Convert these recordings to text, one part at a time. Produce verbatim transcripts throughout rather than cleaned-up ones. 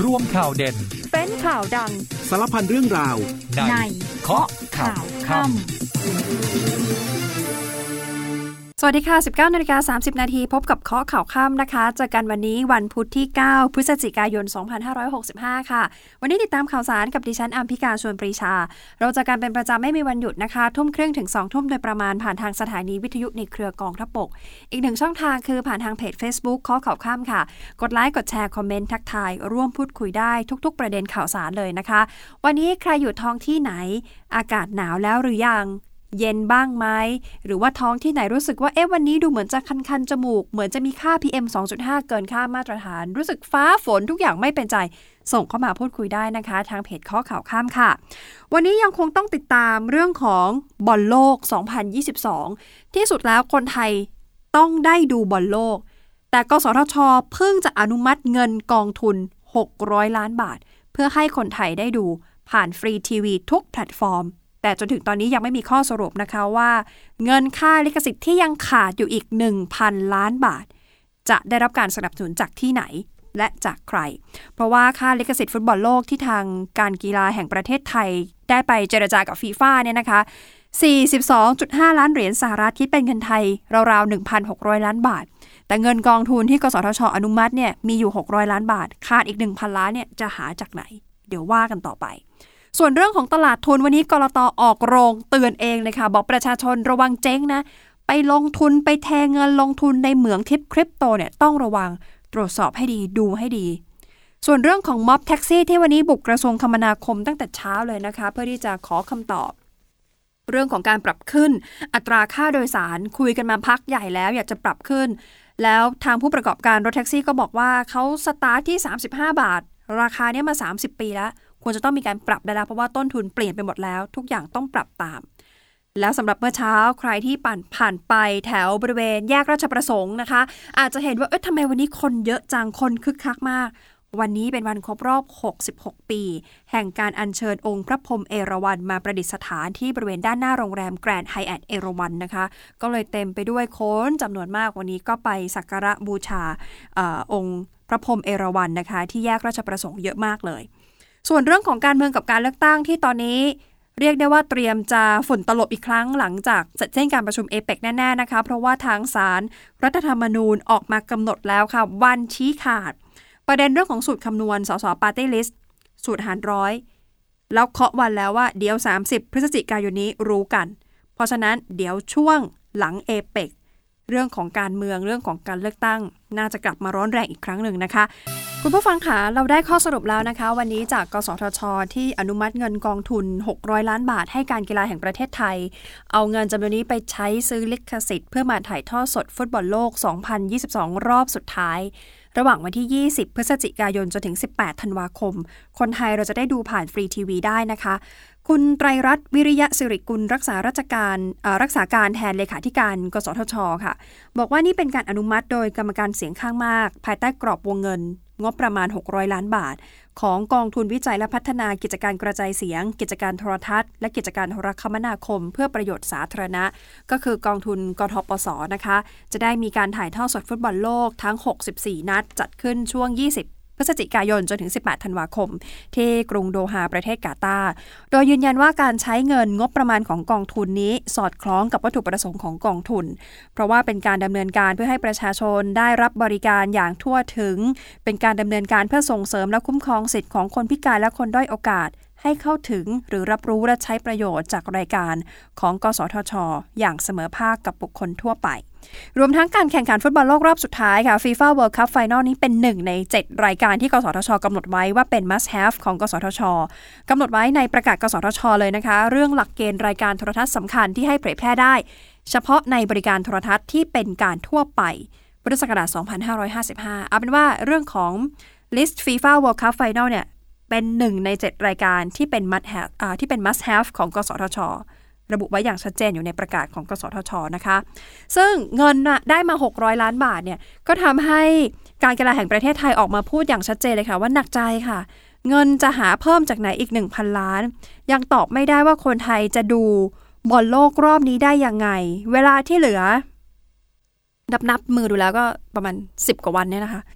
รวมข่าวเด่นเป็นข่าวดังสารพันเรื่องราวในเคาะข่าวค่ำสวัสดีค่ะ สิบเก้านาฬิกาสามสิบนาทีพบกับเคาะข่าวค่ำนะคะเจอกันวันนี้วันพุธที่เก้าพฤศจิกายนสองพันห้าร้อยหกสิบห้าค่ะวันนี้ติดตามข่าวสารกับดิฉันอัมพิกาชวนปรีชาเราจะกันเป็นประจำไม่มีวันหยุดนะคะทุ่มครึ่งถึงสองทุ่มโดยประมาณผ่านทางสถานีวิทยุในเครือกองทัพบกอีกหนึ่งช่องทางคือผ่านทางเพจ Facebook เคาะข่าวค่ำค่ะกดไลค์กดแชร์คอมเมนต์ทักทายร่วมพูดคุยได้ทุกๆประเด็นข่าวสารเลยนะคะวันนี้ใครอยู่ท้องที่ไหนอากาศหนาวแล้วหรือยังเย็นบ้างไหมหรือว่าท้องที่ไหนรู้สึกว่าเอ๊ะวันนี้ดูเหมือนจะคันๆจมูกเหมือนจะมีค่า พี เอ็ม สองจุดห้า เกินค่ามาตรฐานรู้สึกฟ้าฝนทุกอย่างไม่เป็นใจส่งเข้ามาพูดคุยได้นะคะทางเพจเคาะข่าวค่ำค่ะวันนี้ยังคงต้องติดตามเรื่องของบอลโลกสองพันยี่สิบสองที่สุดแล้วคนไทยต้องได้ดูบอลโลกแต่กสทช.เพิ่งจะอนุมัติเงินกองทุนหกร้อยล้านบาทเพื่อให้คนไทยได้ดูผ่านฟรีทีวีทุกแพลตฟอร์มแต่จนถึงตอนนี้ยังไม่มีข้อสรุปนะคะว่าเงินค่าลิขสิทธิ์ที่ยังขาดอยู่อีก หนึ่งพัน ล้านบาทจะได้รับการสนับสนุนจากที่ไหนและจากใครเพราะว่าค่าลิขสิทธิ์ฟุตบอลโลกที่ทางการกีฬาแห่งประเทศไทยได้ไปเจรจากับฟีฟ่าเนี่ยนะคะ สี่สิบสองจุดห้า ล้านเหรียญสหรัฐคิดเป็นเงินไทยราวๆ หนึ่งพันหกร้อย ล้านบาทแต่เงินกองทุนที่กสทช.อนุมัติเนี่ยมีอยู่หกร้อยล้านบาทขาดอีก หนึ่งพัน ล้านเนี่ยจะหาจากไหนเดี๋ยวว่ากันต่อไปส่วนเรื่องของตลาดทุนวันนี้กลต.ออกโรงเตือนเองเลยค่ะบอกประชาชนระวังเจ๊งนะไปลงทุนไปแทงเงินลงทุนในเหมืองทิพย์คริปโตเนี่ยต้องระวังตรวจสอบให้ดีดูให้ดีส่วนเรื่องของม็อบแท็กซี่ที่วันนี้บุกกระทรวงคมนาคมตั้งแต่เช้าเลยนะคะเพื่อที่จะขอคำตอบเรื่องของการปรับขึ้นอัตราค่าโดยสารคุยกันมาพักใหญ่แล้วอยากจะปรับขึ้นแล้วทางผู้ประกอบการรถแท็กซี่ก็บอกว่าเขาสตาร์ทที่สามสิบห้าบาทราคาเนี้ยมาสามสิบปีแล้วควรจะต้องมีการปรับได้แล้วเพราะว่าต้นทุนเปลี่ยนไปหมดแล้วทุกอย่างต้องปรับตามแล้วสำหรับเมื่อเช้าใครที่ผ่านผ่านไปแถวบริเวณแยกราชประสงค์นะคะอาจจะเห็นว่าเอ๊ะทำไมวันนี้คนเยอะจังคนคึกคักมากวันนี้เป็นวันครบรอบหกสิบหกปีแห่งการอัญเชิญองค์พระพรหมเอราวัณมาประดิษฐานที่บริเวณด้านหน้าโรงแรมแกรนด์ไฮแอทเอราวัณนะคะก็เลยเต็มไปด้วยคนจำนวนมากวันนี้ก็ไปสักการะบูชาเอ่อองค์พระพรหมเอราวัณนะคะที่แยกราชประสงค์เยอะมากเลยส่วนเรื่องของการเมืองกับการเลือกตั้งที่ตอนนี้เรียกได้ว่าเตรียมจะฝุ่นตลบอีกครั้งหลังจากเสร็จสิ้นการประชุมเอเปกแน่ๆนะคะเพราะว่าทางศาลรัฐธรรมนูญออกมากำหนดแล้วค่ะวันชี้ขาดประเด็นเรื่องของสูตรคำนวณสสปาร์ตี้ลิสต์สูตรหารร้อยแล้วเคาะวันแล้วว่าเดี๋ยวสามสิบพฤศจิกายนนี้รู้กันเพราะฉะนั้นเดี๋ยวช่วงหลังเอเปกเรื่องของการเมืองเรื่องของการเลือกตั้งน่าจะกลับมาร้อนแรงอีกครั้งหนึ่งนะคะคุณผู้ฟังคะเราได้ข้อสรุปแล้วนะคะวันนี้จากกสทช.ที่อนุมัติเงินกองทุนหกร้อยล้านบาทให้การกีฬาแห่งประเทศไทยเอาเงินจำนวนนี้ไปใช้ซื้อลิขสิทธิ์เพื่อมาถ่ายทอดสดฟุตบอลโลกสองพันยี่สิบสองรอบสุดท้ายระหว่างวันที่ยี่สิบพฤศจิกายนจนถึงสิบแปดธันวาคมคนไทยเราจะได้ดูผ่านฟรีทีวีได้นะคะคุณไตรรัตน์วิริยะสิริกุลรักษาราชการรักษาการแทนเลขาธิการกสทช.ค่ะบอกว่านี่เป็นการอนุมัติโดยกรรมการเสียงข้างมากภายใต้กรอบวงเงินงบประมาณหกร้อยล้านบาทของกองทุนวิจัยและพัฒนากิจการกระจายเสียงกิจการโทรทัศน์และกิจการโทรคมนาคมเพื่อประโยชน์สาธารณะก็คือกองทุนกทปส.นะคะจะได้มีการถ่ายทอดสดฟุตบอลโลกทั้งหกสิบสี่นัดจัดขึ้นช่วงยี่สิบพฤศจิกายนจนถึงสิบแปดธันวาคมที่กรุงโดฮาประเทศกาตาร์โดยยืนยันว่าการใช้เงินงบประมาณของกองทุนนี้สอดคล้องกับวัตถุประสงค์ของกองทุนเพราะว่าเป็นการดำเนินการเพื่อให้ประชาชนได้รับบริการอย่างทั่วถึงเป็นการดำเนินการเพื่อส่งเสริมและคุ้มครองสิทธิของคนพิการและคนด้อยโอกาสให้เข้าถึงหรือรับรู้และใช้ประโยชน์จากรายการของกสทช.อย่างเสมอภาคกับบุคคลทั่วไปรวมทั้งการแข่งขันฟุตบอลโลกรอบสุดท้ายค่ะ FIFA World Cup Final นี้เป็นหนึ่งในเจ็ดรายการที่กสทช.กำหนดไว้ว่าเป็น must have ของกสทช.กำหนดไว้ในประกาศกสทช.เลยนะคะเรื่องหลักเกณฑ์รายการโทรทัศน์สำคัญที่ให้เผยแพร่ได้เฉพาะในบริการโทรทัศน์ที่เป็นการทั่วไปพุทธศักราชสองพันห้าร้อยห้าสิบห้าเอาเป็นว่าเรื่องของ list FIFA World Cup Final เนี่ยเป็นหนึ่งในเจ็ดรายการที่เป็น must have อ่าที่เป็น must have ของกสทช.ระบุไว้อย่างชัดเจนอยู่ในประกาศของกสทช.นะคะซึ่งเงินได้มาหกร้อยล้านบาทเนี่ยก็ทำให้การกีฬาแห่งประเทศไทยออกมาพูดอย่างชัดเจนเลยค่ะว่าหนักใจค่ะเงินจะหาเพิ่มจากไหนอีก หนึ่งพัน ล้านยังตอบไม่ได้ว่าคนไทยจะดูบอลโลกรอบนี้ได้ยังไงเวลาที่เหลือนับนับมือดูแล้วก็ประมาณสิบกว่าวันเนี่ยนะคะ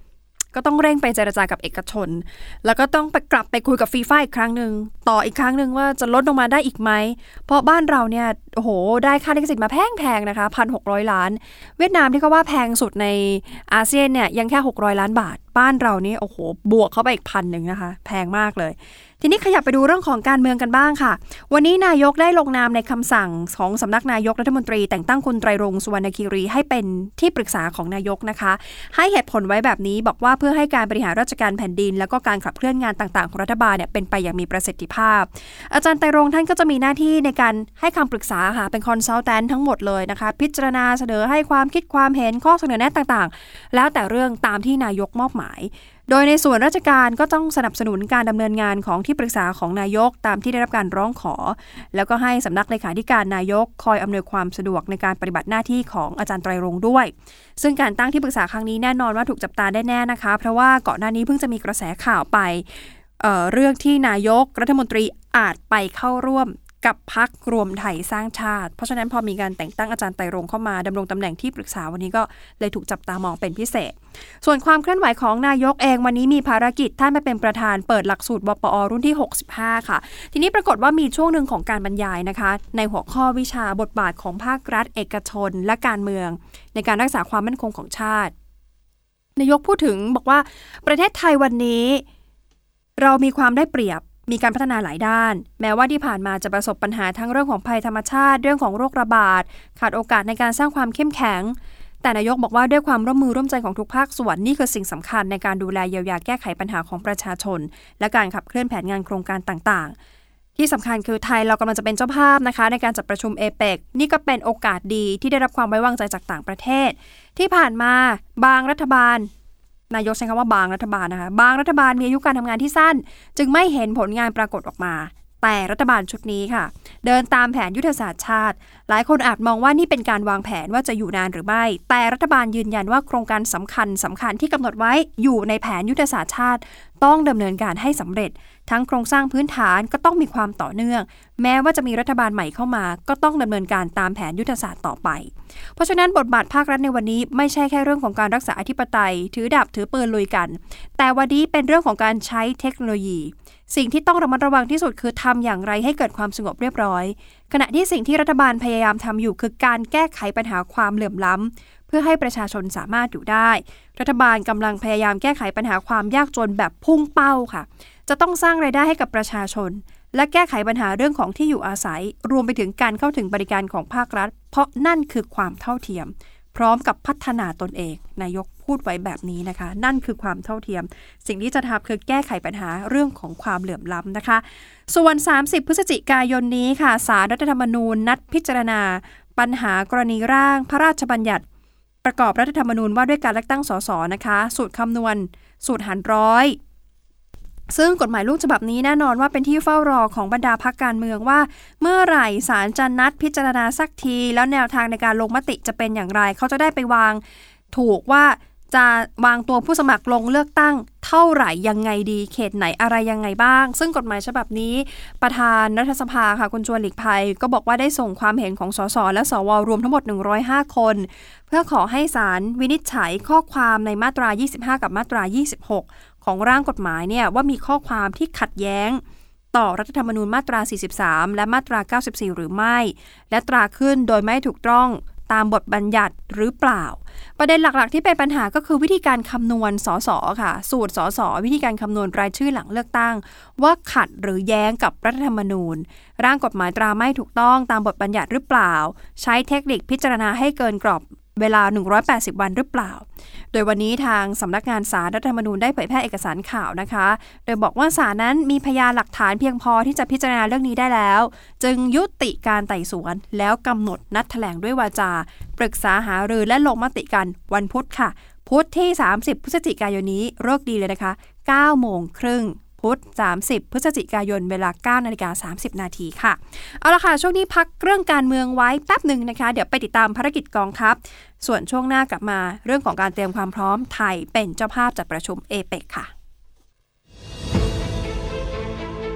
ก็ต้องเร่งไปเจรจากับเอกชนแล้วก็ต้องไปกลับไปคุยกับฟีฟ่าอีกครั้งนึงต่ออีกครั้งนึงว่าจะลดลงมาได้อีกไหมเพราะบ้านเราเนี่ยโอ้โหได้ค่าลิขสิทธิ์มาแพงๆนะคะ หนึ่งพันหกร้อย ล้านเวียดนามที่เขาว่าแพงสุดในอาเซียนเนี่ยยังแค่หกร้อยล้านบาทบ้านเรานี่โอ้โหบวกเข้าไปอีกพันนึงนะคะแพงมากเลยทีนี้ขยับไปดูเรื่องของการเมืองกันบ้างค่ะวันนี้นายกได้ลงนามในคำสั่งของสำนักนายกรัฐมนตรีแต่งตั้งคุณไตรรงค์สุวรรณคีรีให้เป็นที่ปรึกษาของนายกนะคะให้เหตุผลไว้แบบนี้บอกว่าเพื่อให้การบริหารราชการแผ่นดินแล้วก็การขับเคลื่อนงานต่างๆของรัฐบาลเนี่ยเป็นไปอย่างมีประสิทธิภาพอาจารย์ไตรรงค์ท่านก็จะมีหน้าที่ในการให้คำปรึกษาค่ะเป็นคอนซัลแทนทั้งหมดเลยนะคะพิจารณาเสนอให้ความคิดความเห็นข้อเสนอแนะต่างๆแล้วแต่เรื่องตามที่นายกมอบหมายโดยในส่วนราชการก็ต้องสนับสนุนการดำเนินงานของที่ปรึกษาของนายกตามที่ได้รับการร้องขอแล้วก็ให้สำนักเลขาธิการนายกคอยอำนวยความสะดวกในการปฏิบัติหน้าที่ของอาจารย์ไตรรงค์ด้วยซึ่งการตั้งที่ปรึกษาครั้งนี้แน่นอนว่าถูกจับตาได้แน่นะคะเพราะว่าก่อนหน้านี้เพิ่งจะมีกระแสข่าวไป เอ่อ เรื่องที่นายกรัฐมนตรีอาจไปเข้าร่วมกับพรรครวมไทยสร้างชาติเพราะฉะนั้นพอมีการแต่งตั้งอาจารย์ไตรรงค์เข้ามาดำรงตำแหน่งที่ปรึกษาวันนี้ก็เลยถูกจับตามองเป็นพิเศษส่วนความเคลื่อนไหวของนายกเองวันนี้มีภารกิจท่านไปเป็นประธานเปิดหลักสูตร วปอ รุ่นที่หกสิบห้าค่ะทีนี้ปรากฏว่ามีช่วงหนึ่งของการบรรยายนะคะในหัวข้อวิชาบทบาทของภาครัฐเอกชนและการเมืองในการรักษาความมั่นคงของชาตินายกพูดถึงบอกว่าประเทศไทยวันนี้เรามีความได้เปรียบมีการพัฒนาหลายด้านแม้ว่าที่ผ่านมาจะประสบปัญหาทั้งเรื่องของภัยธรรมชาติเรื่องของโรคระบาดขาดโอกาสในการสร้างความเข้มแข็งแต่นายกบอกว่าด้วยความร่วมมือร่วมใจของทุกภาคส่วนนี่คือสิ่งสำคัญในการดูแลเยียวยาแก้ไขปัญหาของประชาชนและการขับเคลื่อนแผนงานโครงการต่างๆที่สำคัญคือไทยเรากำลังจะเป็นเจ้าภาพนะคะในการจัดประชุม เอ เปก นี่ก็เป็นโอกาสดีที่ได้รับความไว้วางใจจากต่างประเทศที่ผ่านมาบางรัฐบาลนายกใช้คำว่าบางรัฐบาลนะคะบางรัฐบาลมีอายุการทำงานที่สั้นจึงไม่เห็นผลงานปรากฏออกมาแต่รัฐบาลชุดนี้ค่ะเดินตามแผนยุทธศาสตร์ชาติหลายคนอาจมองว่านี่เป็นการวางแผนว่าจะอยู่นานหรือไม่แต่รัฐบาลยืนยันว่าโครงการสำคัญสำคัญที่กำหนดไว้อยู่ในแผนยุทธศาสตร์ชาติต้องดำเนินการให้สำเร็จทั้งโครงสร้างพื้นฐานก็ต้องมีความต่อเนื่องแม้ว่าจะมีรัฐบาลใหม่เข้ามาก็ต้องดำเนินการตามแผนยุทธศาสตร์ต่อไปเพราะฉะนั้นบทบาทภาครัฐในวันนี้ไม่ใช่แค่เรื่องของการรักษาอธิปไตยถือดาบถือปืนลุยกันแต่วันนี้เป็นเรื่องของการใช้เทคโนโลยีสิ่งที่ต้องระมัดระวังที่สุดคือทำอย่างไรให้เกิดความสงบเรียบร้อยขณะที่สิ่งที่รัฐบาลพยายามทำอยู่คือการแก้ไขปัญหาความเหลื่อมล้ำเพื่อให้ประชาชนสามารถอยู่ได้รัฐบาลกำลังพยายามแก้ไขปัญหาความยากจนแบบพุ่งเป้าค่ะจะต้องสร้างรายได้ให้กับประชาชนและแก้ไขปัญหาเรื่องของที่อยู่อาศัยรวมไปถึงการเข้าถึงบริการของภาครัฐเพราะนั่นคือความเท่าเทียมพร้อมกับพัฒนาตนเองนายกพูดไว้แบบนี้นะคะนั่นคือความเท่าเทียมสิ่งที่จะทำคือแก้ไขปัญหาเรื่องของความเหลื่อมล้ำนะคะส่วนสามสิบพฤศจิกายนนี้ค่ะศาลรัฐธรรมนูญนัดพิจารณาปัญหากรณีร่างพระราชบัญญัติประกอบรัฐธรรมนูญว่าด้วยการเลือกตั้งสสนะคะสูตรคำนวณสูตรหารร้อยซึ่งกฎหมายลูกฉบับนี้แน่นอนว่าเป็นที่เฝ้ารอของบรรดาพรรคการเมืองว่าเมื่อไหร่ศาลจะนัดพิจารณาสักทีแล้วแนวทางในการลงมติจะเป็นอย่างไรเขาจะได้ไปวางถูกว่าจะวางตัวผู้สมัครลงเลือกตั้งเท่าไหร่ยังไงดีเขตไหนอะไรยังไงบ้างซึ่งกฎหมายฉบับนี้ประธานรัฐสภาค่ะคุณชวนหลีกภัยก็บอกว่าได้ส่งความเห็นของสสและสวรวมทั้งหมดหนึ่งร้อยห้าคนเพื่อขอให้ศาลวินิจฉัยข้อความในมาตรายี่สิบห้ากับมาตรายี่สิบหกของร่างกฎหมายเนี่ยว่ามีข้อความที่ขัดแย้งต่อรัฐธรรมนูญมาตราสี่สิบสามและมาตราเก้าสิบสี่หรือไม่และตราขึ้นโดยไม่ถูกต้องตามบทบัญญัติหรือเปล่าประเด็นหลักๆที่เป็นปัญหาก็คือวิธีการคำนวณสสค่ะสูตรสสวิธีการคำนวณรายชื่อหลังเลือกตั้งว่าขัดหรือแย้งกับรัฐธรรมนูญร่างกฎหมายตราไม่ถูกต้องตามบทบัญญัติหรือเปล่าใช้เทคนิคพิจารณาให้เกินกรอบเวลาหนึ่งร้อยแปดสิบวันหรือเปล่าโดยวันนี้ทางสำนักงานศาลรัฐธรรมนูญได้เผยแพร่เอกสารข่าวนะคะโดยบอกว่าศาลนั้นมีพยานหลักฐานเพียงพอที่จะพิจารณาเรื่องนี้ได้แล้วจึงยุติการไต่สวนแล้วกำหนดนัดแถลงด้วยวาจาปรึกษาหารือและลงมติกันวันพุธค่ะพุธที่สามสิบพฤศจิกายนนี้ฤกษ์ดีเลยนะคะ เก้าโมงครึ่งพุธสามสิบพฤศจิกายนเวลา เก้านาฬิกาสามสิบนาทีค่ะเอาละค่ะช่วงนี้พักเรื่องการเมืองไว้แป๊บหนึ่งนะคะเดี๋ยวไปติดตามภารกิจกองทัพส่วนช่วงหน้ากลับมาเรื่องของการเตรียมความพร้อมไทยเป็นเจ้าภาพจัดประชุม เอ เปก ค่ะ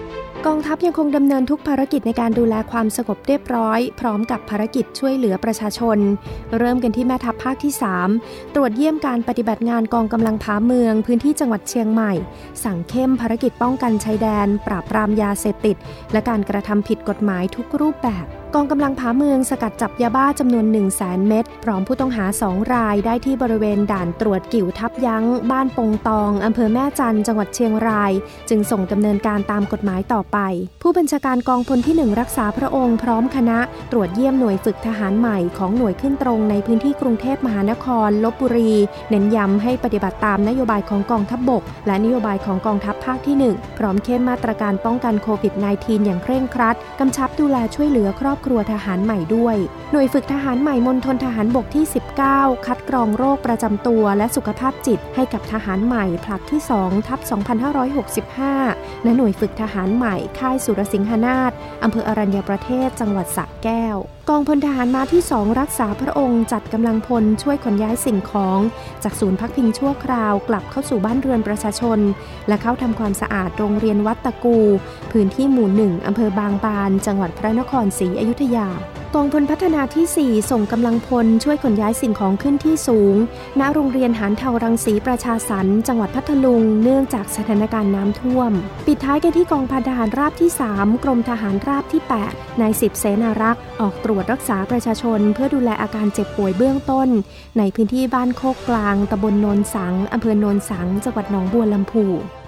กองทัพยังคงดำเนินทุกภารกิจในการดูแลความสงบเรียบร้อยพร้อมกับภารกิจช่วยเหลือประชาชนเริ่มกันที่แม่ทัพภาคที่สามตรวจเยี่ยมการปฏิบัติงานกองกำลังผาเมืองพื้นที่จังหวัดเชียงใหม่สั่งเข้มภารกิจป้องกันชายแดนปราบปรามยาเสพติดและการกระทำผิดกฎหมายทุกรูปแบบกองกำลังผาเมืองสกัดจับยาบ้าจำนวน หนึ่งแสน เม็ดพร้อมผู้ต้องหาสองรายได้ที่บริเวณด่านตรวจกิ่วทับยั้งบ้านปงตองอำเภอแม่จันทร์จังหวัดเชียงรายจึงส่งดำเนินการตามกฎหมายต่อไปผู้บัญชาการกองพลที่หนึ่งรักษาพระองค์พร้อมคณะตรวจเยี่ยมหน่วยฝึกทหารใหม่ของหน่วยขึ้นตรงในพื้นที่กรุงเทพมหานครลพบุรีเน้นย้ำให้ปฏิบัติตามนโยบายของกองทัพบกและนโยบายของกองทัพภาคที่หนึ่งพร้อมเข้มมาตรการป้องกันโควิด สิบเก้า อย่างเคร่งครัดกำชับดูแลช่วยเหลือครอบครัวทหารใหม่ด้วยหน่วยฝึกทหารใหม่มณฑลทหารบกที่สิบเก้าคัดกรองโรคประจำตัวและสุขภาพจิตให้กับทหารใหม่ผลัดที่สองทับสองพันห้าร้อยหกสิบห้าณหน่วยฝึกทหารใหม่ค่ายสุรสิงหนาถอำเภออรัญญประเทศจังหวัดสระแก้วกองพลทหารม้าที่สองรักษาพระองค์จัดกำลังพลช่วยขนย้ายสิ่งของจากศูนย์พักพิงชั่วคราวกลับเข้าสู่บ้านเรือนประชาชนและเข้าทำความสะอาดโรงเรียนวัดตะกูพื้นที่หมู่หนึ่งอำเภอบางบานจังหวัดพระนครศรีอยุธยากองพลพัฒนาที่สี่ส่งกำลังพลช่วยขนย้ายสิ่งของขึ้นที่สูงณโรงเรียนหานเทารังสีประชาสรรค์จังหวัดพัทลุงเนื่องจากสถานการณ์น้ำท่วมปิดท้ายกันที่กองพันทหารราบที่สามกรมทหารราบที่แปดนายสิบเสนารักษ์ออกตรวจรักษาประชาชนเพื่อดูแลอาการเจ็บป่วยเบื้องต้นในพื้นที่บ้านโคกกลางตำบลโนนสังอำเภอโนนสังจังหวัดหนองบัวลำพู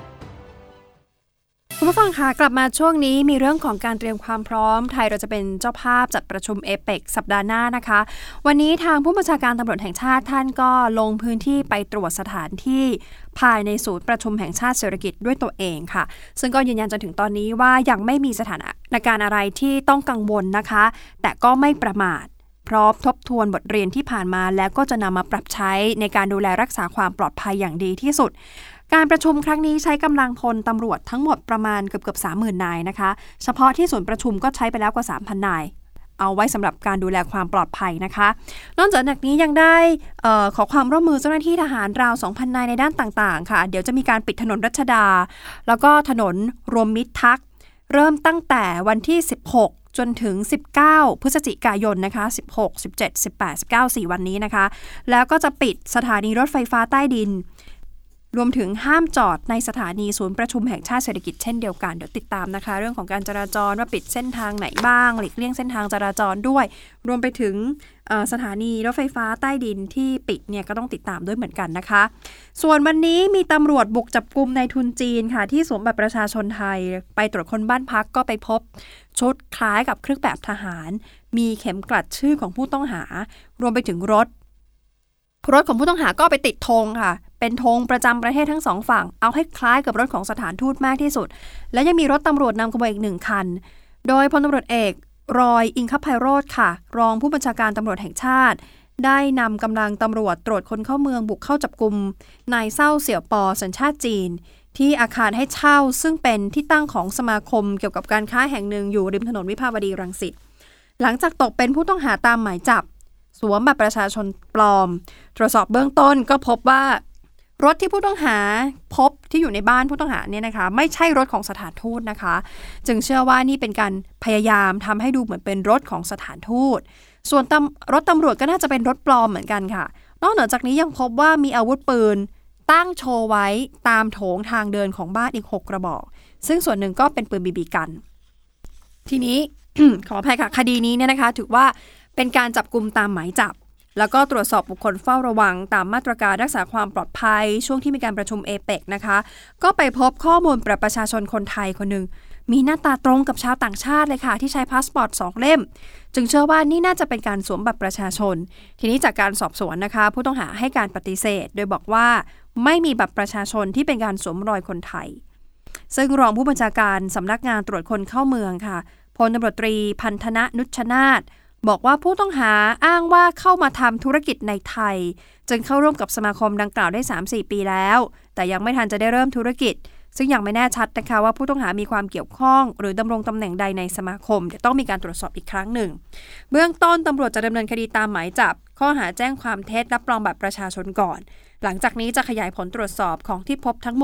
คุณผู้ฟังคะกลับมาช่วงนี้มีเรื่องของการเตรียมความพร้อมไทยเราจะเป็นเจ้าภาพจัดประชุมเอเปกสัปดาห์หน้านะคะวันนี้ทางผู้บัญชาการตำรวจแห่งชาติท่านก็ลงพื้นที่ไปตรวจสถานที่ภายในศูนย์ประชุมแห่งชาติเศรษฐกิจด้วยตัวเองค่ะซึ่งก็ยืนยันจนถึงตอนนี้ว่ายังไม่มีสถานการณ์อะไรที่ต้องกังวลนะคะแต่ก็ไม่ประมาทพร้อมทบทวนบทเรียนที่ผ่านมาแล้วก็จะนำมาปรับใช้ในการดูแลรักษาความปลอดภัยอย่างดีที่สุดการประชุมครั้งนี้ใช้กำลังพลตำรวจทั้งหมดประมาณเกือบเกือบ สามหมื่น นายนะคะเฉพาะที่ศูนย์ประชุมก็ใช้ไปแล้วกว่า สามพัน นายเอาไว้สำหรับการดูแลความปลอดภัยนะคะนอกจากนี้ยังได้เอ่อขอความร่วมมือเจ้าหน้าที่ทหารราว สองพัน นายในด้านต่างๆค่ะเดี๋ยวจะมีการปิดถนนรัชดาแล้วก็ถนนรวมมิตรทักเริ่มตั้งแต่วันที่สิบหกจนถึงสิบเก้าพฤศจิกายนนะคะสิบหก สิบเจ็ด สิบแปด สิบเก้า สี่วันนี้นะคะแล้วก็จะปิดสถานีรถไฟฟ้าใต้ดินรวมถึงห้ามจอดในสถานีศูนย์ประชุมแห่งชาติเศรษฐกิจเช่นเดียวกันเดี๋ยวติดตามนะคะเรื่องของการจราจรว่าปิดเส้นทางไหนบ้างหลีกเลี่ยงเส้นทางจราจรด้วยรวมไปถึงสถานีรถไฟฟ้าใต้ดินที่ปิดเนี่ยก็ต้องติดตามด้วยเหมือนกันนะคะส่วนวันนี้มีตำรวจบุกจับกุมนายทุนจีนค่ะที่สวมบัตรประชาชนไทยไปตรวจค้นบ้านพักก็ไปพบชุดคล้ายกับเครื่องแบบทหารมีเข็มกลัดชื่อของผู้ต้องหารวมไปถึงรถรถของผู้ต้องหาก็ไปติดธงค่ะเป็นธงประจำประเทศทั้งสองฝั่งเอาให้คล้ายกับรถของสถานทูตมากที่สุดและยังมีรถตำรวจนำขบวนอีกหนึ่งคันโดยพลตำรวจเอกรอยอิงคไพโรจน์ค่ะรองผู้บัญชาการตำรวจแห่งชาติได้นำกำลังตำรวจตรวจคนเข้าเมืองบุกเข้าจับกุมนายเซ่าเสี่ยวปอสัญชาติจีนที่อาคารให้เช่าซึ่งเป็นที่ตั้งของสมาคมเกี่ยวกับการค้าแห่งหนึ่งอยู่ริมถนนวิภาวดีรังสิตหลังจากตกเป็นผู้ต้องหาตามหมายจับสวมบัตรประชาชนปลอมตรวจสอบเบื้องต้นก็พบว่ารถที่ผู้ต้องหาพบที่อยู่ในบ้านผู้ต้องหาเนี่ยนะคะไม่ใช่รถของสถานทูตนะคะจึงเชื่อว่านี่เป็นการพยายามทำให้ดูเหมือนเป็นรถของสถานทูตส่วนรถตำรวจก็น่าจะเป็นรถปลอมเหมือนกันค่ะนอกเหนือจากนี้ยังพบว่ามีอาวุธปืนตั้งโชว์ไว้ตามโถงทางเดินของบ้านอีกหกกระบอกซึ่งส่วนหนึ่งก็เป็นปืนบีบีกันทีนี้ ขออภัยค่ะคดีนี้เนี่ยนะคะถือว่าเป็นการจับกุมตามหมายจับแล้วก็ตรวจสอบบุคคลเฝ้าระวังตามมาตรการรักษาความปลอดภัยช่วงที่มีการประชุมเอเปกนะคะก็ไปพบข้อมูลประชาชนคนไทยคนหนึ่งมีหน้าตาตรงกับชาวต่างชาติเลยค่ะที่ใช้พาสปอร์ตสองเล่มจึงเชื่อว่านี่น่าจะเป็นการสวมบัตรประชาชนทีนี้จากการสอบสวนนะคะผู้ต้องหาให้การปฏิเสธโดยบอกว่าไม่มีบัตรประชาชนที่เป็นการสวมรอยคนไทยซึ่งรองผู้บัญชาการสำนักงานตรวจคนเข้าเมืองค่ะพลตำรวจตรีพันธนะนุชนาถบอกว่าผู้ต้องหาอ้างว่าเข้ามาทำธุรกิจในไทยจึงเข้าร่วมกับสมาคมดังกล่าวได้ สามถึงสี่ ปีแล้วแต่ยังไม่ทันจะได้เริ่มธุรกิจซึ่งยังไม่แน่ชัดนะคะว่าผู้ต้องหามีความเกี่ยวข้องหรือดำรงตำแหน่งใดในสมาคมเดี๋ยวต้องมีการตรวจสอบอีกครั้งหนึ่งเบื้องต้นตำรวจจะดำเนินคดีตามหมายจับข้อหาแจ้งความเท็จรับรองบัตรประชาชนก่อนหลังจากนี้จะขยายผลตรวจสอบของที่พบทั้งหมด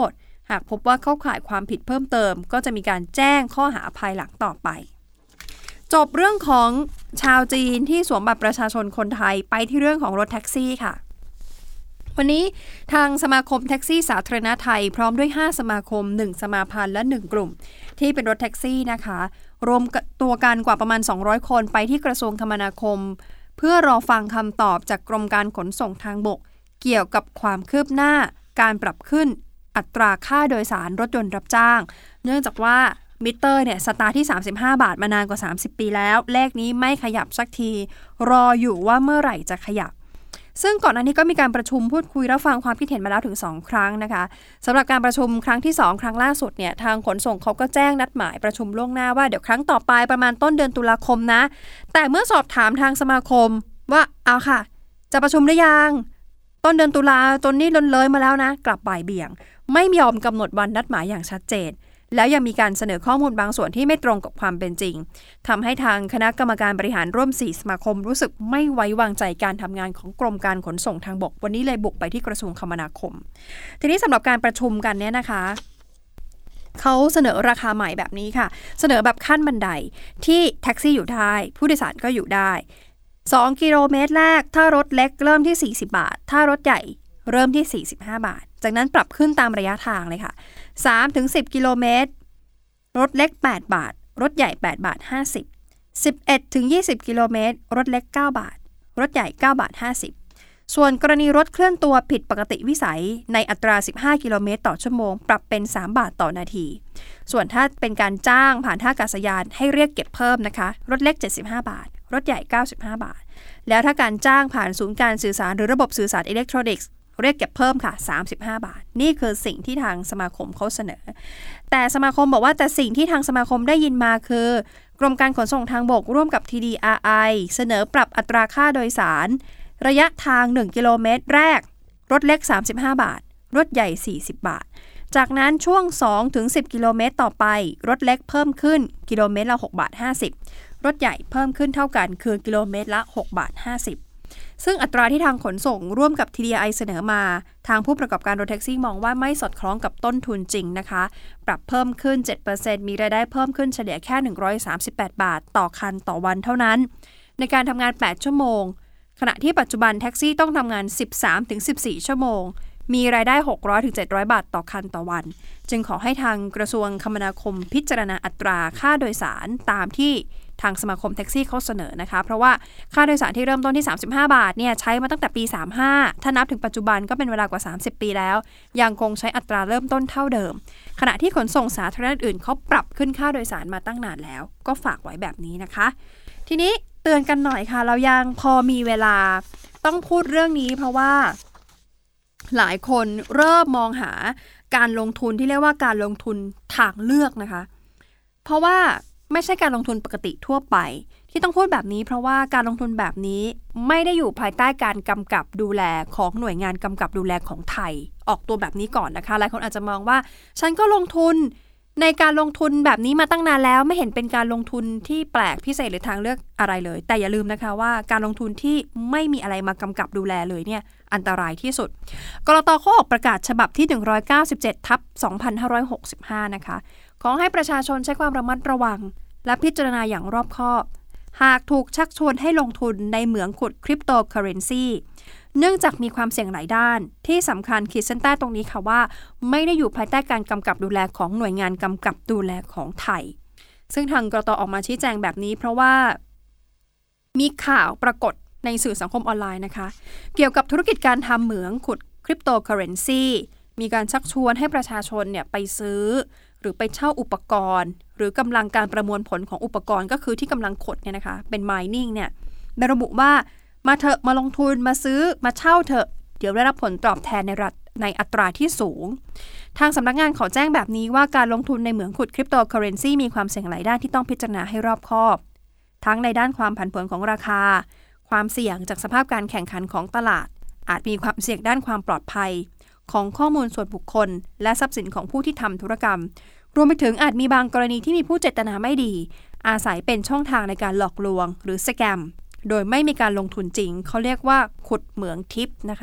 หากพบว่าเข้าข่ายความผิดเพิ่มเติมก็จะมีการแจ้งข้อหาภายหลังต่อไปจบเรื่องของชาวจีนที่สวมบัตรประชาชนคนไทยไปที่เรื่องของรถแท็กซี่ค่ะวันนี้ทางสมาคมแท็กซี่สาธารณะไทยพร้อมด้วยห้าสมาคมหนึ่งสมาพันธ์และหนึ่งกลุ่มที่เป็นรถแท็กซี่นะคะรวมตัวกันกว่าประมาณสองร้อยคนไปที่กระทรวงคมนาคมเพื่อรอฟังคำตอบจากกรมการขนส่งทางบกเกี่ยวกับความคืบหน้าการปรับขึ้นอัตราค่าโดยสารรถยนต์รับจ้างเนื่องจากว่ามิเตอร์เนี่ยสตาร์ทที่สามสิบห้าบาทมานานกว่าสามสิบปีแล้วเลขนี้ไม่ขยับสักทีรออยู่ว่าเมื่อไหร่จะขยับซึ่งก่อนหน้านี้ก็มีการประชุมพูดคุยรับฟังความคิดเห็นมาแล้วถึงสองครั้งนะคะสำหรับการประชุมครั้งที่สองครั้งล่าสุดเนี่ยทางขนส่งเขาก็แจ้งนัดหมายประชุมล่วงหน้าว่าเดี๋ยวครั้งต่อไปประมาณต้นเดือนตุลาคมนะแต่เมื่อสอบถามทางสมาคมว่าเอาค่ะจะประชุมหรือยังต้นเดือนตุลาจนนี่เลยมาแล้วนะกลับบ่ายเบี่ยงไม่ยอมกำหนดวันนัดหมายอย่างชัดเจนแล้วยังมีการเสนอข้อมูลบางส่วนที่ไม่ตรงกับความเป็นจริงทำให้ทางคณะกรรมการบริหารร่วมสี่สมาคมรู้สึกไม่ไว้วางใจการทำงานของกรมการขนส่งทางบกวันนี้เลยบุกไปที่กระทรวงคมนาคมทีนี้สำหรับการประชุมกันเนี่ยนะคะเขาเสนอราคาใหม่แบบนี้ค่ะเสนอแบบขั้นบันไดที่แท็กซี่อยู่ได้ผู้โดยสารก็อยู่ได้สองกิโลเมตรแรกถ้ารถเล็กเริ่มที่สี่สิบบาทถ้ารถใหญ่เริ่มที่สี่สิบห้าบาทจากนั้นปรับขึ้นตามระยะทางเลยค่ะ สามถึงสิบ กิโลเมตรรถเล็กแปดบาทรถใหญ่แปดบาทห้าสิบ สิบเอ็ดถึงยี่สิบ กิโลเมตรรถเล็กเก้าบาทรถใหญ่เก้าบาทห้าสิบส่วนกรณีรถเคลื่อนตัวผิดปกติวิสัยในอัตราสิบห้ากิโลเมตรต่อชั่วโมงปรับเป็นสามบาทต่อนาทีส่วนถ้าเป็นการจ้างผ่านท่าอากาศยานให้เรียกเก็บเพิ่มนะคะรถเล็กเจ็ดสิบห้าบาทรถใหญ่เก้าสิบห้าบาทแล้วถ้าการจ้างผ่านศูนย์การสื่อสารหรือระบบสื่อสารอิเล็กทรอนิกส์เรียกเก็บเพิ่มค่ะสามสิบห้าบาทนี่คือสิ่งที่ทางสมาคมเขาเสนอแต่สมาคมบอกว่าแต่สิ่งที่ทางสมาคมได้ยินมาคือกรมการขนส่งทางบกร่วมกับ ที ดี อาร์ ไอ เสนอปรับอัตราค่าโดยสารระยะทางหนึ่งกิโลเมตรแรกรถเล็กสามสิบห้าบาทรถใหญ่สี่สิบบาทจากนั้นช่วงสองถึงสิบกิโลเมตรต่อไปรถเล็กเพิ่มขึ้นกิโลเมตรละหกบาทห้าสิบรถใหญ่เพิ่มขึ้นเท่ากันคือกิโลเมตรละหกบาทห้าสิบซึ่งอัตราที่ทางขนส่งร่วมกับ ที ดี อาร์ ไอ เสนอมาทางผู้ประกอบการรถแท็กซี่มองว่าไม่สอดคล้องกับต้นทุนจริงนะคะปรับเพิ่มขึ้น เจ็ดเปอร์เซ็นต์ มีรายได้เพิ่มขึ้นเฉลี่ยแค่หนึ่งร้อยสามสิบแปดบาทต่อคันต่อวันเท่านั้นในการทำงานแปดชั่วโมงขณะที่ปัจจุบันแท็กซี่ต้องทำงาน สิบสามถึงสิบสี่ ชั่วโมงมีรายได้หกร้อยถึงเจ็ดร้อยบาทต่อคันต่อวันจึงขอให้ทางกระทรวงคมนาคมพิจารณาอัตราค่าโดยสารตามที่ทางสมาคมแท็กซี่เขาเสนอนะคะเพราะว่าค่าโดยสารที่เริ่มต้นที่สามสิบห้าบาทเนี่ยใช้มาตั้งแต่ปีสามสิบห้าถ้านับถึงปัจจุบันก็เป็นเวลากว่าสามสิบปีแล้วยังคงใช้อัตราเริ่มต้นเท่าเดิมขณะที่ขนส่งสาธารณะอื่นเขาปรับขึ้นค่าโดยสารมาตั้งนานแล้วก็ฝากไว้แบบนี้นะคะทีนี้เตือนกันหน่อยค่ะเรายังพอมีเวลาต้องพูดเรื่องนี้เพราะว่าหลายคนเริ่มมองหาการลงทุนที่เรียกว่าการลงทุนทางเลือกนะคะเพราะว่าไม่ใช่การลงทุนปกติทั่วไปที่ต้องพูดแบบนี้เพราะว่าการลงทุนแบบนี้ไม่ได้อยู่ภายใต้การกำกับดูแลของหน่วยงานกำกับดูแลของไทยออกตัวแบบนี้ก่อนนะคะหลายคนอาจจะมองว่าฉันก็ลงทุนในการลงทุนแบบนี้มาตั้งนานแล้วไม่เห็นเป็นการลงทุนที่แปลกพิเศษหรือทางเลือกอะไรเลยแต่อย่าลืมนะคะว่าการลงทุนที่ไม่มีอะไรมากำกับดูแลเลยเนี่ยอันตรายที่สุดกลต.เขาออกประกาศฉบับที่หนึ่งร้อยเก้าสิบเจ็ดทับสองพันห้าร้อยหกสิบห้านะคะขอให้ประชาชนใช้ความระมัดระวังและพิจารณาอย่างรอบคอบหากถูกชักชวนให้ลงทุนในเหมืองขุดคริปโตเคอเรนซีเนื่องจากมีความเสี่ยงหลายด้านที่สำคัญขีดเส้นใต้ตรงนี้ค่ะว่าไม่ได้อยู่ภายใต้การกำกับดูแลของหน่วยงานกำกับดูแลของไทยซึ่งทางกลต.ออกมาชี้แจงแบบนี้เพราะว่ามีข่าวปรากฏในสื่อสังคมออนไลน์นะคะเกี่ยวกับธุรกิจการทำเหมืองขุดคริปโตเคอเรนซีมีการชักชวนให้ประชาชนเนี่ยไปซื้อหรือไปเช่าอุปกรณ์หรือกำลังการประมวลผลของอุปกรณ์ก็คือที่กำลังขุดเนี่ยนะคะเป็น mining เนี่ยระบุว่ามาเถอะมาลงทุนมาซื้อมาเช่าเถอะเดี๋ยวได้รับผลตอบแทนในรัฐในอัตราที่สูงทางสำนักงานขอแจ้งแบบนี้ว่าการลงทุนในเหมืองขุดคริปโตเคอเรนซีมีความเสี่ยงหลายด้านที่ต้องพิจารณาให้รอบคอบทั้งในด้านความผันผวนของราคาความเสี่ยงจากสภาพการแข่งขันของตลาดอาจมีความเสี่ยงด้านความปลอดภัยของข้อมูลส่วนบุคคลและทรัพย์สินของผู้ที่ทำธุรกรรมรวมไปถึงอาจมีบางกรณีที่มีผู้เจตนาไม่ดีอาศัยเป็นช่องทางในการหลอกลวงหรือสแกมโดยไม่มีการลงทุนจริงเขาเรียกว่าขุดเหมืองทิพย์นะคะ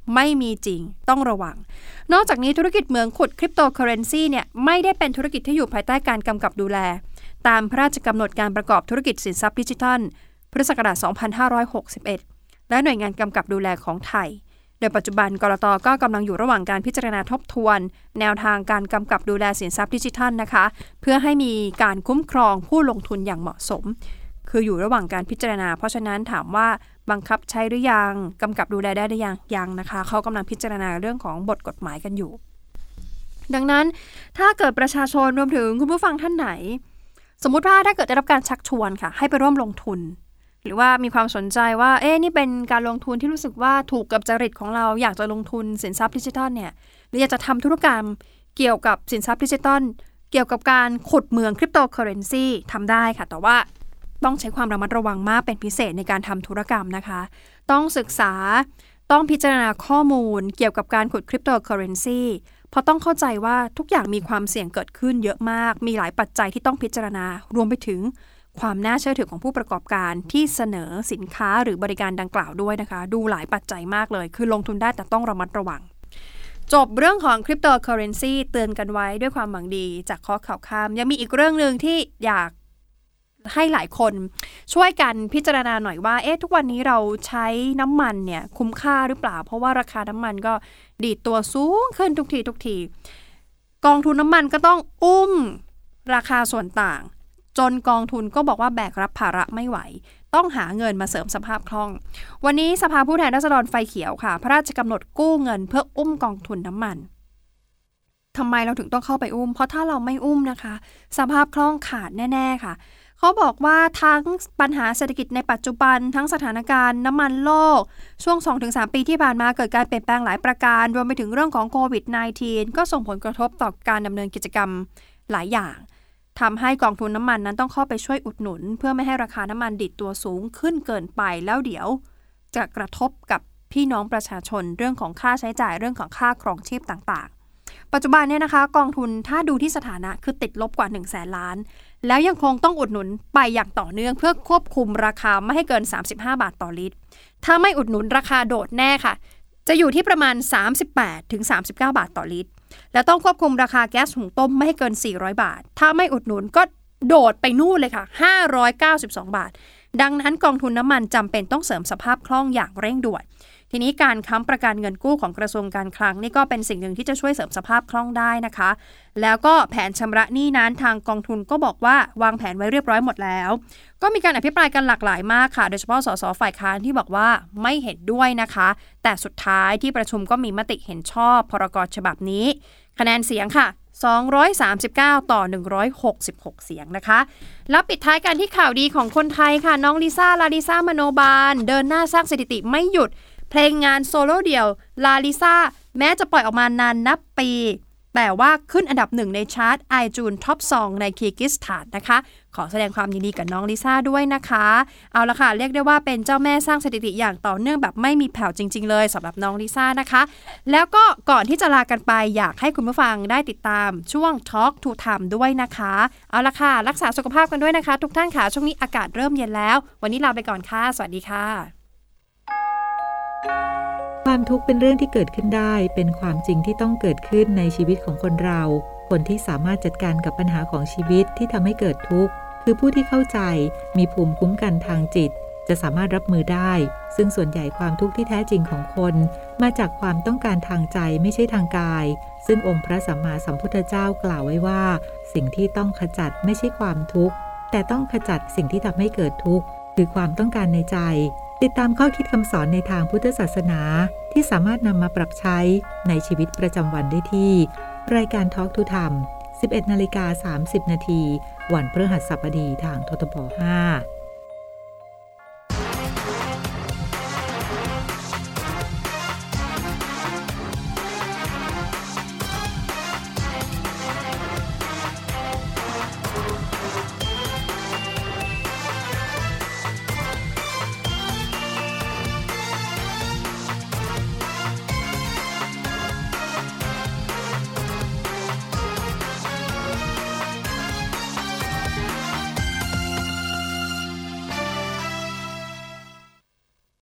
ไม่มีจริงต้องระวังนอกจากนี้ธุรกิจเหมืองขุดคริปโตเคอเรนซีเนี่ยไม่ได้เป็นธุรกิจที่อยู่ภายใต้การกำกับดูแลตามพระราชกำหนดการประกอบธุรกิจสินทรัพย์ดิจิทัลพุทธศักราชสองพันห้าร้อยหกสิบเอ็ดและหน่วยงานกำกับดูแลของไทยโดยปัจจุบันกลต.ก็กำลังอยู่ระหว่างการพิจารณาทบทวนแนวทางการกำกับดูแลสินทรัพย์ดิจิทัลนะคะเพื่อให้มีการคุ้มครองผู้ลงทุนอย่างเหมาะสมคืออยู่ระหว่างการพิจารณาเพราะฉะนั้นถามว่าบังคับใช้หรือยังกำกับดูแลได้หรือยังยังนะคะเขากำลังพิจารณาเรื่องของบทกฎหมายกันอยู่ดังนั้นถ้าเกิดประชาชนรวมถึงคุณผู้ฟังท่านไหนสมมุติว่าถ้าเกิดได้รับการชักชวนค่ะให้ไปร่วมลงทุนหรือว่ามีความสนใจว่าเอ๊ะนี่เป็นการลงทุนที่รู้สึกว่าถูกกับจริตของเราอยากจะลงทุนสินทรัพย์ดิจิทัลเนี่ยหรืออยากจะทำธุรกรรมเกี่ยวกับสินทรัพย์ดิจิทัลเกี่ยวกับการขุดเหมืองคริปโตเคอเรนซีทำได้ค่ะแต่ว่าต้องใช้ความระมัดระวังมากเป็นพิเศษในการทำธุรกรรมนะคะต้องศึกษาต้องพิจารณาข้อมูลเกี่ยวกับการขุดคริปโตเคอเรนซีเพราะต้องเข้าใจว่าทุกอย่างมีความเสี่ยงเกิดขึ้นเยอะมากมีหลายปัจจัยที่ต้องพิจารณารวมไปถึงความน่าเชื่อถือของผู้ประกอบการที่เสนอสินค้าหรือบริการดังกล่าวด้วยนะคะดูหลายปัจจัยมากเลยคือลงทุนได้แต่ต้องระมัดระวังจบเรื่องของคริปโตเคอเรนซีเตือนกันไว้ด้วยความหวังดีจากข้อข่าวข้ามยังมีอีกเรื่องนึงที่อยากให้หลายคนช่วยกันพิจารณาหน่อยว่าเอ๊ะทุกวันนี้เราใช้น้ำมันเนี่ยคุ้มค่าหรือเปล่าเพราะว่าราคาน้ำมันก็ดีดตัวสูงขึ้นทุกทีทุกทีกองทุนน้ำมันก็ต้องอุ้มราคาส่วนต่างจนกองทุนก็บอกว่าแบกรับภาระไม่ไหวต้องหาเงินมาเสริมสภาพคล่องวันนี้สภาผู้แทนราษฎรไฟเขียวค่ะพระราชกำหนดกู้เงินเพื่ออุ้มกองทุนน้ำมันทำไมเราถึงต้องเข้าไปอุ้มเพราะถ้าเราไม่อุ้มนะคะสภาพคล่องขาดแน่ๆค่ะเขาบอกว่าทั้งปัญหาเศรษฐกิจในปัจจุบันทั้งสถานการณ์น้ำมันโลกช่วง สองถึงสาม ปีที่ผ่านมาเกิดการเปลี่ยนแปลงหลายประการรวมไปถึงเรื่องของโควิด สิบเก้า ก็ส่งผลกระทบต่อการดำเนินกิจกรรมหลายอย่างทำให้กองทุนน้ำมันนั้นต้องเข้าไปช่วยอุดหนุนเพื่อไม่ให้ราคาน้ำมันดิดตัวสูงขึ้นเกินไปแล้วเดี๋ยวจะกระทบกับพี่น้องประชาชนเรื่องของค่าใช้จ่ายเรื่องของค่าครองชีพต่างๆปัจจุบันเนี่ยนะคะกองทุนถ้าดูที่สถานะคือติดลบกว่าหนึ่งแสนล้านแล้วยังคงต้องอุดหนุนไปอย่างต่อเนื่องเพื่อควบคุมราคาไม่ให้เกินสามสิบห้าบาทต่อลิตรถ้าไม่อุดหนุนราคาโดดแน่ค่ะจะอยู่ที่ประมาณสามสิบแปดถึงสามสิบเก้าบาทต่อลิตรและต้องควบคุมราคาแก๊สหุงต้มไม่ให้เกินสี่ร้อยบาทถ้าไม่อุดหนุนก็โดดไปนู่นเลยค่ะห้าร้อยเก้าสิบสองบาทดังนั้นกองทุนน้ำมันจำเป็นต้องเสริมสภาพคล่องอย่างเร่งด่วนทีนี้การค้ำประกันเงินกู้ของกระทรวงการคลังนี่ก็เป็นสิ่งหนึ่งที่จะช่วยเสริมสภาพคล่องได้นะคะแล้วก็แผนชำระหนี้นั้นทางกองทุนก็บอกว่าวางแผนไว้เรียบร้อยหมดแล้วก็มีการอภิปรายกันหลากหลายมากค่ะโดยเฉพาะสสฝ่ายค้านที่บอกว่าไม่เห็นด้วยนะคะแต่สุดท้ายที่ประชุมก็มีมติเห็นชอบพรก.ฉบับนี้คะแนนเสียงค่ะสองร้อยสามสิบเก้าต่อหนึ่งร้อยหกสิบหกเสียงนะคะแล้วปิดท้ายกันที่ข่าวดีของคนไทยค่ะน้องลิซ่าลาลิซ่ามโนบาลเดินหน้าสร้างสถิติไม่หยุดเพลงงานโซโล่เดี่ยวลาลิซ่าแม้จะปล่อยออกมานานนับปีแต่ว่าขึ้นอันดับหนึ่งในชาร์ต iTunes Top Song ในคีร์กิสถานนะคะขอแสดงความยินดีกับน้องลิซ่าด้วยนะคะเอาละค่ะเรียกได้ว่าเป็นเจ้าแม่สร้างสถิติอย่างต่อเนื่องแบบไม่มีแผ่วจริงๆเลยสำหรับน้องลิซ่านะคะแล้วก็ก่อนที่จะลากันไปอยากให้คุณผู้ฟังได้ติดตามช่วง Talk to Time ด้วยนะคะเอาละค่ะรักษาสุขภาพกันด้วยนะคะทุกท่านค่ะช่วงนี้อากาศเริ่มเย็นแล้ววันนี้ลาไปก่อนค่ะสวัสดีค่ะความทุกข์เป็นเรื่องที่เกิดขึ้นได้เป็นความจริงที่ต้องเกิดขึ้นในชีวิตของคนเราคนที่สามารถจัดการกับปัญหาของชีวิตที่ทำให้เกิดทุกข์คือผู้ที่เข้าใจมีภูมิคุ้มกันทางจิตจะสามารถรับมือได้ซึ่งส่วนใหญ่ความทุกข์ที่แท้จริงของคนมาจากความต้องการทางใจไม่ใช่ทางกายซึ่งองค์พระสัมมาสัมพุทธเจ้ากล่าวไว้ว่าสิ่งที่ต้องขจัดไม่ใช่ความทุกข์แต่ต้องขจัดสิ่งที่ทำให้เกิดทุกข์คือความต้องการในใจติดตามข้อคิดคำสอนในทางพุทธศาสนาที่สามารถนำมาปรับใช้ในชีวิตประจำวันได้ที่รายการ Talk to Time สิบเอ็ดนาฬิกาสามสิบนาทีวันพฤหัสบดีทางททบห้า